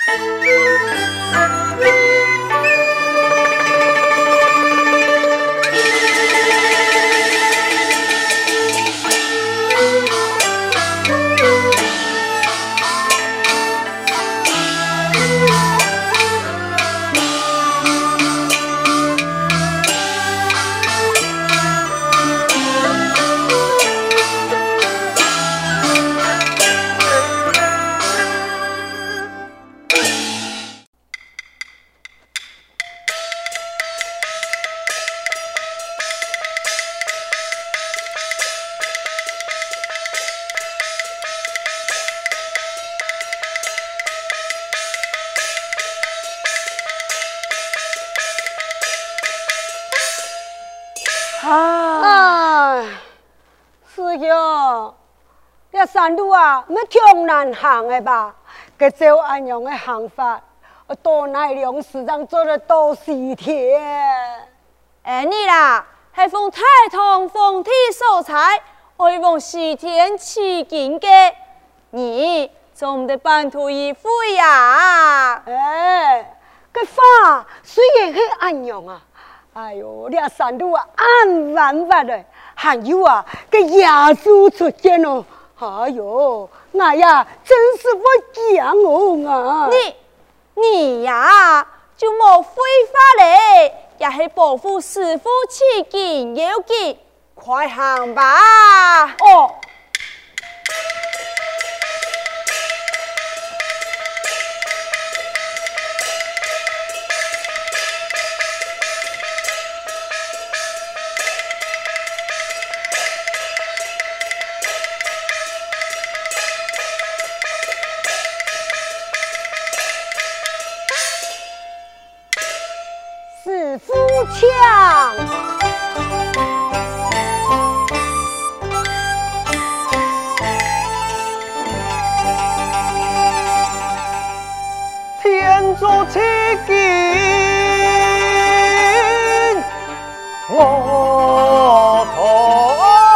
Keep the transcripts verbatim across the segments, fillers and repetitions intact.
哎，师兄，这山路啊，要挺难行的吧？佮照安样的行法，多奈良时常做了多事体。 哎，你啦，系奉太堂奉体所裁，爱奉西天取经的，你总得半途而废呀！ 哎，这话虽然是安样啊。哎呦，这山路啊，暗弯弯的，还有啊，这耶稣出现哦，哎呦，我呀，真是不讲哦啊！ 你你呀，就冇废话嘞，也是保护师傅取经要紧，快行吧！ 哦。师傅强， 天作奇景，我同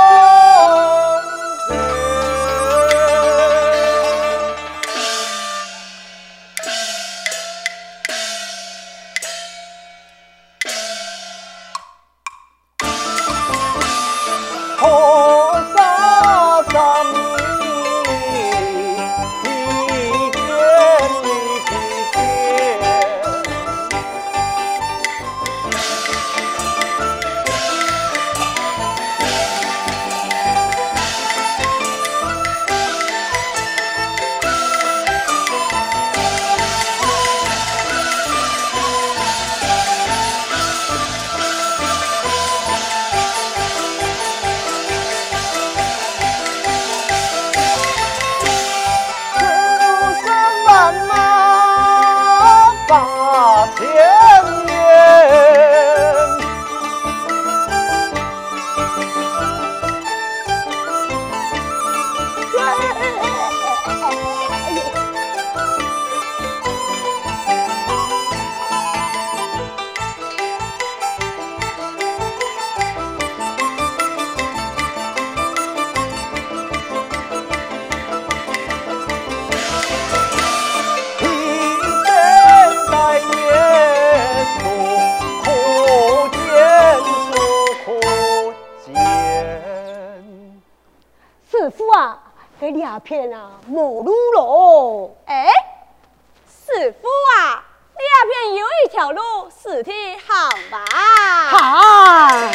师傅啊，这两片啊，没路喽。 哎，师傅啊，两片有一条路，是体行吧？ 好。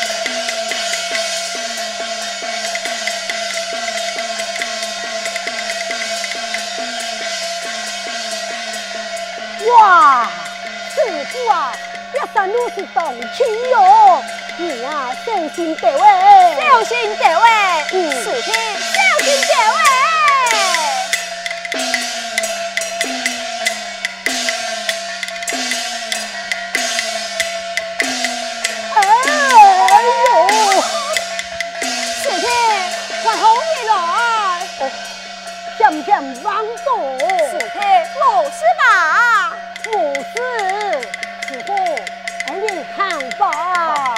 哇，师傅啊，这山路是动气哟。你呀，小心点位， 小心点位， 嗯， 是体小心点位。 哎呦， 是体快好起来， 哦，想想往左， 是体没事吧？ 没事，师傅，赶紧行吧。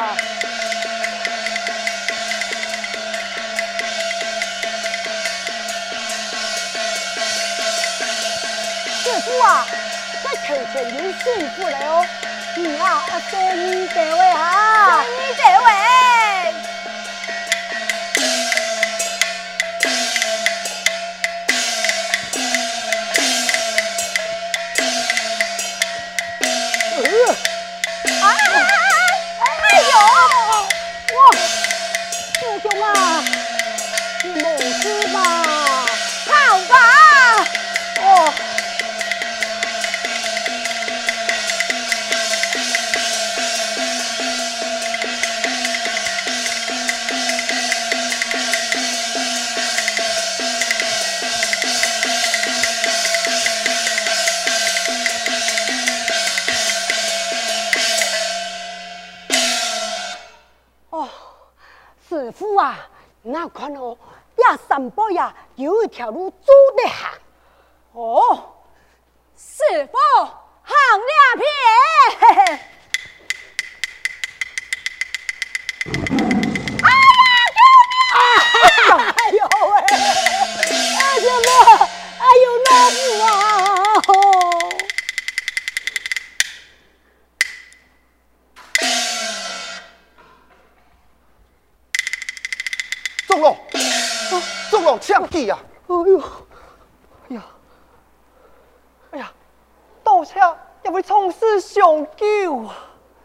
啊，这头前有幸福了哦。你啊，生你这位哈， 生你这位。 啊！哎呦，哇，师兄啊，你没事吧？ 好吧。 哦。师傅啊，那看哦，呀山坡呀有一条路走得行。 哦，师傅行两片。哎呀，救命啊！ 哎呦喂！哎什么？哎呦老母啊！ 中了，中了枪击呀！ 哎呦， 哎呀，哎呀，刀枪也会从事相救啊！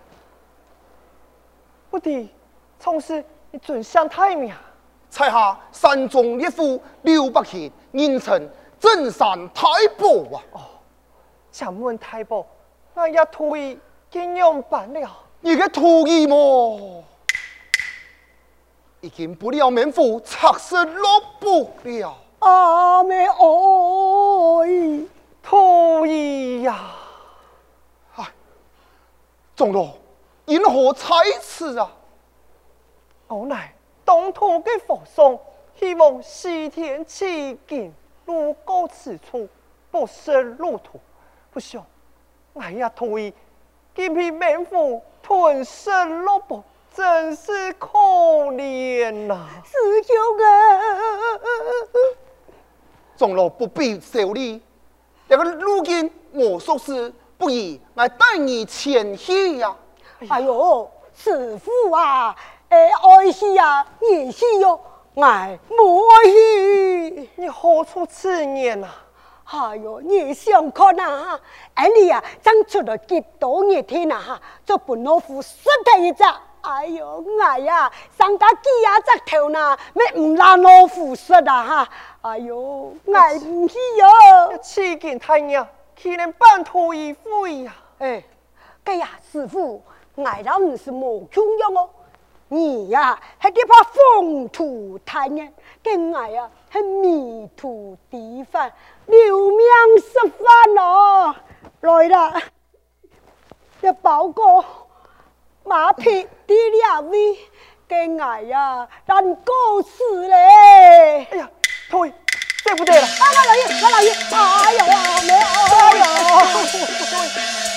不敌，从事你准相太命。 在下山中烈夫刘伯谦，人称镇山太保啊！ 哦，请问太保，我也推怎样办了？ 你个徒儿么？已经不了面夫，拆失落不了。 阿妹哎， 徒儿呀！ 唉，中了，因何在此啊？ 我乃东土的佛送，希望西天取经路过此处，不失路途。不想，哎呀，徒儿，今被面夫吞身落魄。真是可怜呐、啊！ 师兄啊， 中了不必受理，那个如今我所事不宜来带你前去呀、 啊！哎呦，师傅啊，哎，爱惜呀，你是哟，爱不爱惜？ 你何出此言呐？ 哎呦，你想看呐？哎，你呀，长出了几多年天呐？哈，就本老夫死他一只。哎呦，哎呀，上家鸡呀只头呢，咩唔拉老虎说啊哈！哎呦，哎唔去哟！ 去见太娘，岂能半途而废呀？ 哎，哎呀，师傅，俺老唔是冇穷样哦，你呀还得怕风土太娘，跟俺呀还迷途地犯，留命失番哦！来啦，这报告。马匹的两位，跟俺呀，让狗死嘞！ 哎呀，退，对不对了？ 啊，我老爷，我老爷，哎呦啊，没，哎呦，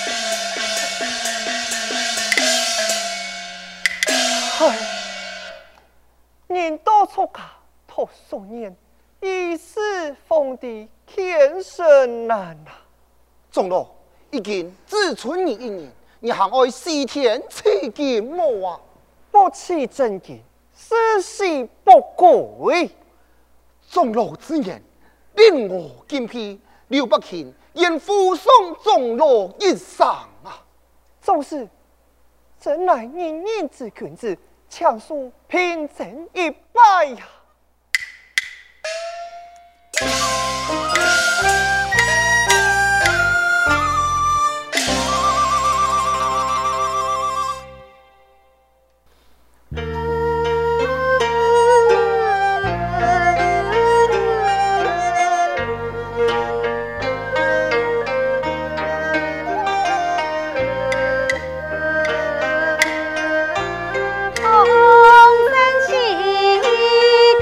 哎，人多出家，托送人，一世封地，天生难呐。 中了，已经只存你一年。你还爱西天取经么啊？ 不弃真言，世事不改。 中老之言，令我敬佩。刘伯谦因附送中老一生啊！ 总是，真乃人人之君子，强恕平生一拜呀！ 红灯起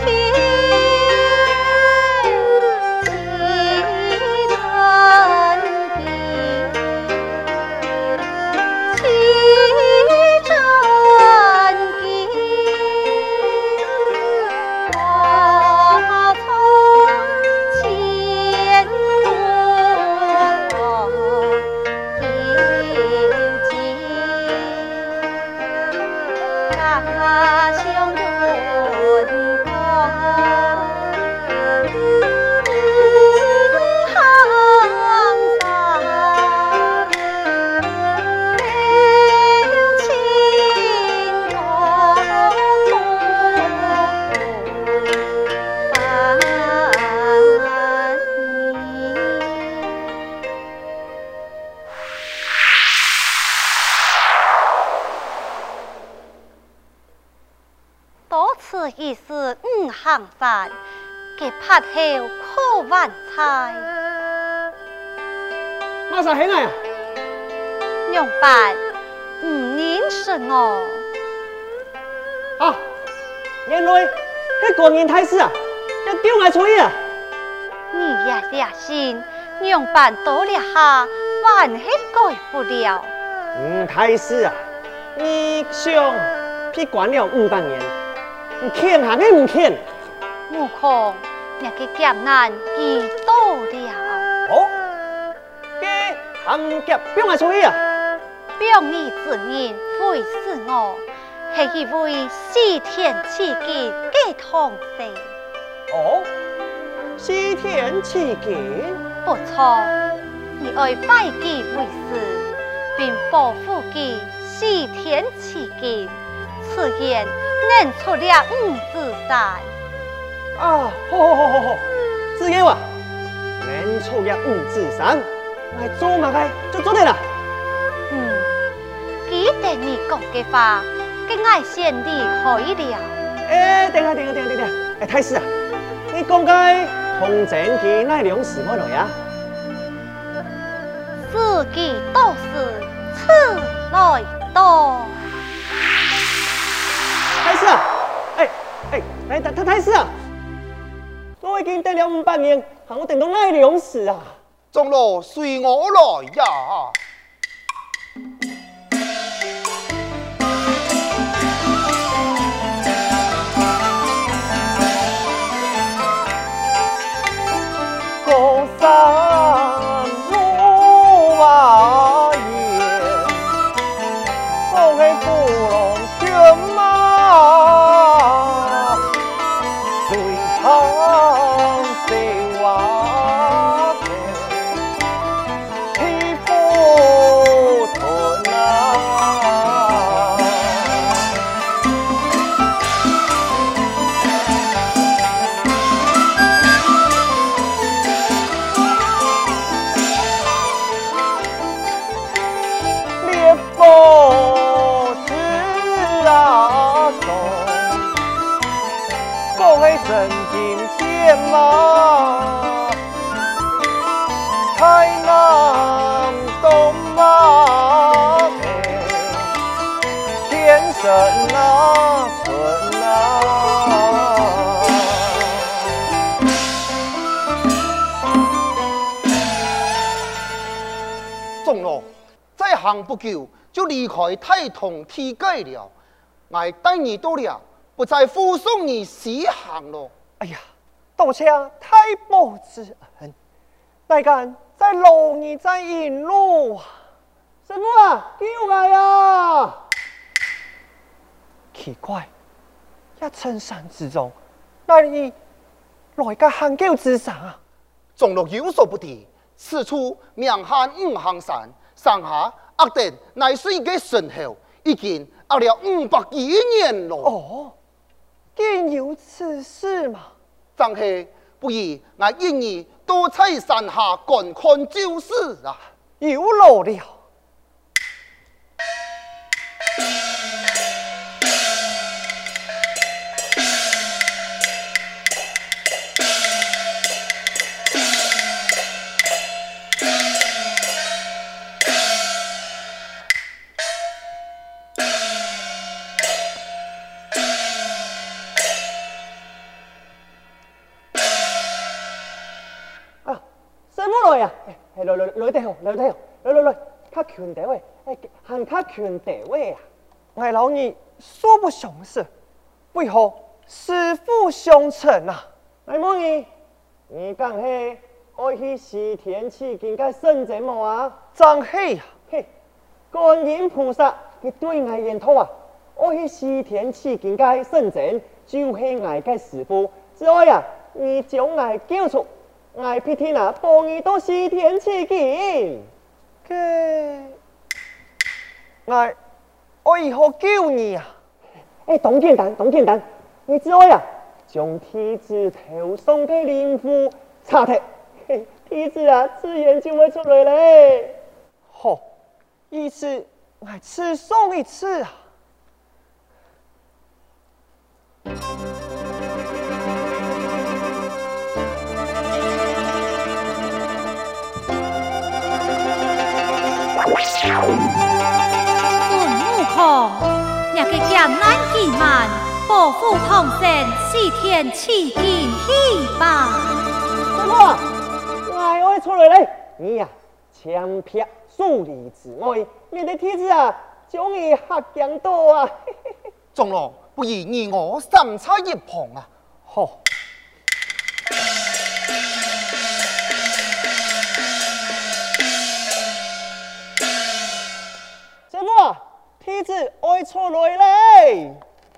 意思五行饭，给拍后可万菜。 马上起来啊！ 娘办唔认识我。 啊，原来迄个人太师啊，要丢我出去啊！ 你也良心，娘办多了下，还是改不了。 嗯，太师啊，你想被关了五百年，你欠还是唔欠？ 悟空，那个劫难已到了。 哦，给含劫丢我出去啊！ 表你之人会是我，是一位西天取经给同事。 哦，西天取经？ 不错，你爱拜祭为师，并保护其西天取经，此言认出了五指山。 啊，好好好好好，子言啊，认出了五指山，来做嘛该就做对了。 嗯，记得你讲的话，给我先离开了。 哎，等下等下等下等下，哎，太师啊，你讲该同前期那两事么来啊？ 自己都是此来到。 太师啊，哎哎，来太太太师啊，我已经等了五百年，还我等到那两事啊？ 钟楼随我来呀！ 高山路蜿蜒，风起芙蓉犬马，水塘水蛙飞，披风屯啊。烈风自啊送，风起真金天马，海南东马北，天生啊春啊。 钟楼再行不久就离开太同天界了，我带你到了，不再护送你西行了。 哎呀，多谢太保之恩，乃敢在路儿在引路啊！师傅啊，救我呀！奇怪，一深山之中，哪里来个汉狗之上啊？ 钟楼有所不知，此处名喊五行山，上下压定乃是一个神候，已经压了五百几年了。 哦，竟有此事吗？ 正是，不如我愿意多在山下观看就是啊。 有路了。来呀！来来来来得好，来得好，来来来，较拳地位，哎，喊较拳地位啊！我老二素不相识，为何师父相称啊？来莫儿，你讲是爱去西天取经个圣者么啊？真是啊！嘿，观音菩萨佢对我言托啊，爱去西天取经个圣者就是我个师父，之外啊，你将我救出。我必天啊，帮你到西天取经。个，我我如何救你啊？哎，董简单，董简单，你知道呀？将梯子头上的灵符插脱，嘿，梯子啊，自然就会出来嘞。好，意思我吃送一次啊。 悟空，那个艰难艰难，保护唐僧西天取经去吧。 师傅，我爱出来嘞！你呀、啊，强撇树立之外，免得天子啊将你吓惊到啊！ 中了，不如你我三叉一旁啊！ 好。师傅，天子爱出来嘞！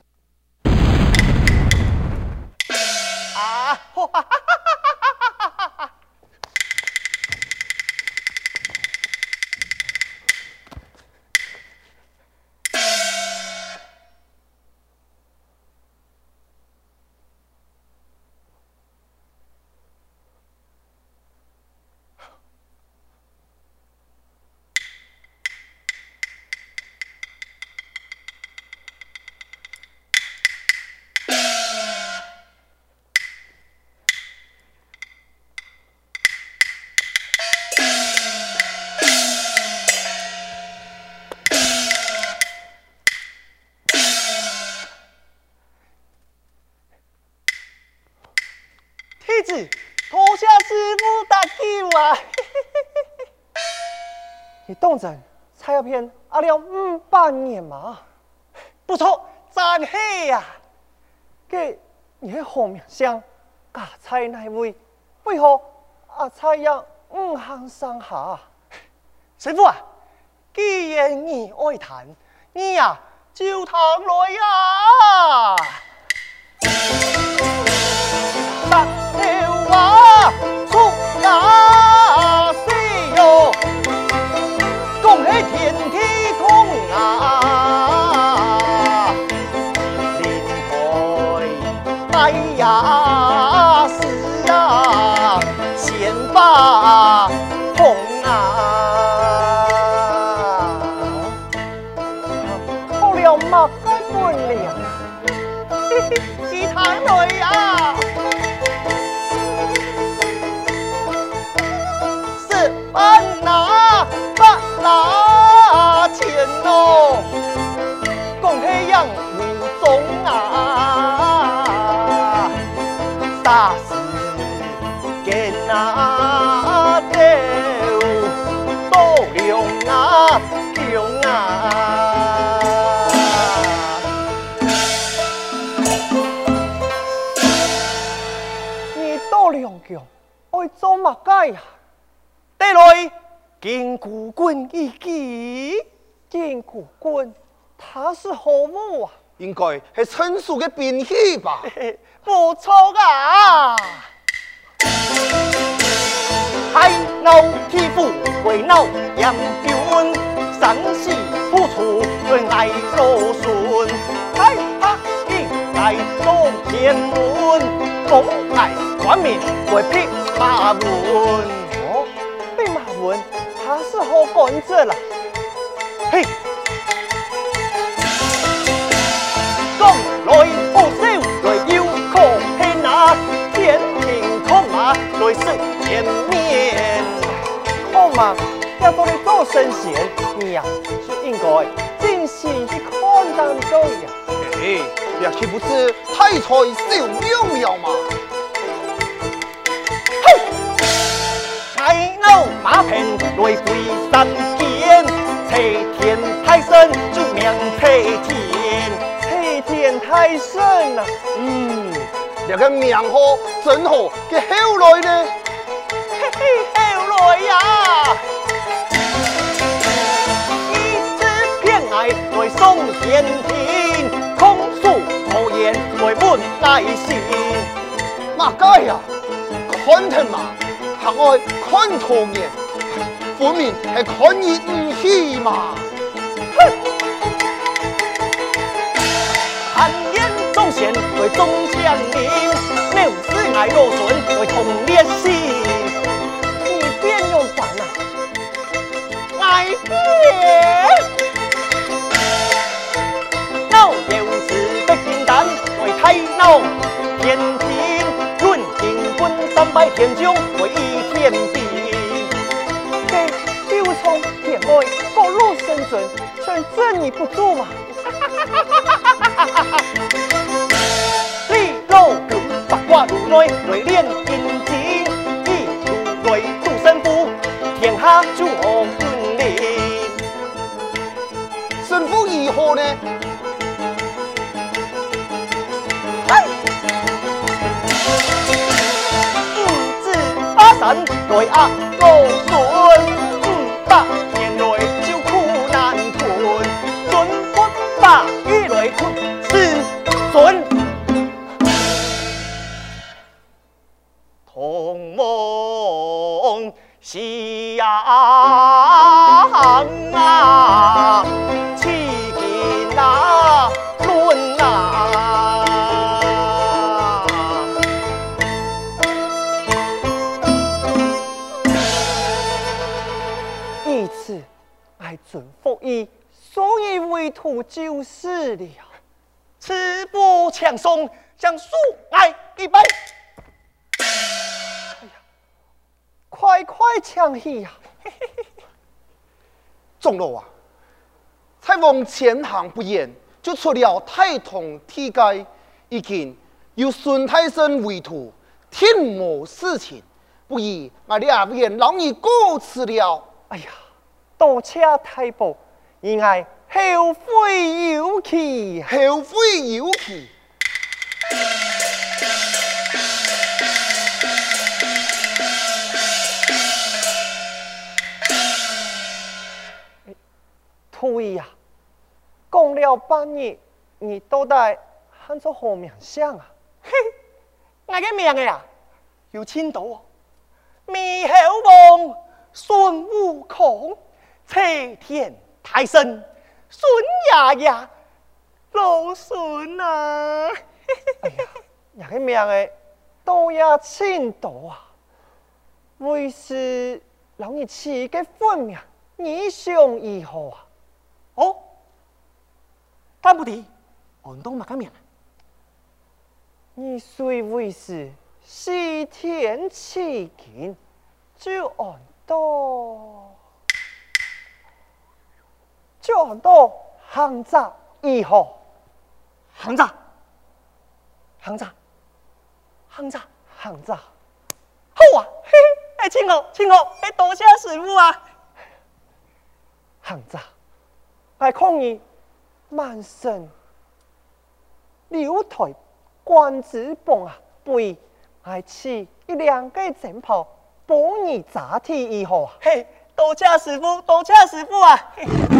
啊！哈哈哈哈哈哈！多谢师傅搭救啊！你当真才要骗阿了五百年嘛？不错，真嘿呀！给你的好名声，家菜那位，为何阿菜要五行上下？师傅啊，既然你爱谈，你呀、啊、就谈来呀！三条啊，出呀西哟，恭喜天地通啊！灵台哎呀是啊，显发红啊！好了嘛，该本了，嘿嘿，一谈来呀！班拿八拿钱哦，恭喜杨武宗啊！啥事见啊丢，多量啊强啊！你多量强，爱做乜解呀？带来金箍棍一记，金箍棍，它是何物啊？ 应该是成熟的兵器吧？ 不错啊！海脑铁斧为脑杨军，山西付出论爱罗顺，海他应该做天门，东海官民为匹马文。他是好干着了，嘿，讲来不少，来要可恨啊，天庭可马来识见面，可马要到你做神仙，你呀、啊、就应该真心去看当中呀。 嘿，这岂不是太财小妙妙嘛？ 太老马片来归山间，齐天泰神就名齐天，齐天泰神啊！ 嗯，这个名号真好，给后来呢？ 嘿嘿，后来呀！一支偏爱来送天庭，空诉豪言来问爱心。 嘛该呀，看他嘛。行爱看桃叶，分明係看熱唔起嘛！ 哼！含冤忠贤為忠將領，藐視愛羅順為同烈士。你變用反啊！愛變！老有此的金丹為太老天庭論金quân三百天將為一天兵。給劉聰田妹個神，全正义不住嘛。李老君八卦如内，内敛阴茎，以如内主神父，天下诸恶君临。 神父如何呢？ 五子八神内压老孙，五百年内就苦难吞，准不把一内困是准。同梦夕阳啊，起劲啊，论啊。一次爱准服役，所以为徒就是了。此不强松，像树爱一般。快快抢戏呀！ 钟楼啊，才往前行不远，就出了太同体界，已经由孙太生为徒，天无事情，不宜我俩便老你过此了。 哎呀，多谢太保，因爱后悔有期， 后悔有期。 徒儿呀，讲了半日，你到底喊做何名相啊？嘿，我嘅名呀，有千多哦。猕猴王孙悟空，齐天大圣孙爷爷老孙啊！哎呀，人嘅名嘅都也千多啊，为是老你起嘅本名，你想如何啊？哦，但不敌，俺东马个名。你虽为是西天取经，就俺多，就俺多行杂如何？行杂，行杂，行杂，行杂，好啊！嘿，哎，请好，请好，哎，多谢师傅啊！行杂。爱抗议满身六台官子棒啊，背爱吃一两个枕袍，保你杂体以后啊！嘿，多谢师傅，多谢师傅啊！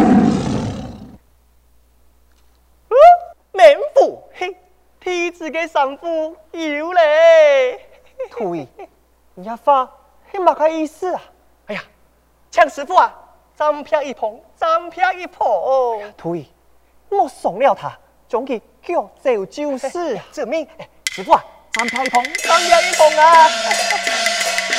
嗯，免付，嘿，梯子嘅丈夫有嘞。徒儿，你一发，嘿，乜个意思啊？哎呀，强师傅啊！三撇一碰，三撇一碰。徒儿，莫怂了他，将其叫走就是啊！证明，师傅啊，三撇一碰，三撇一碰啊！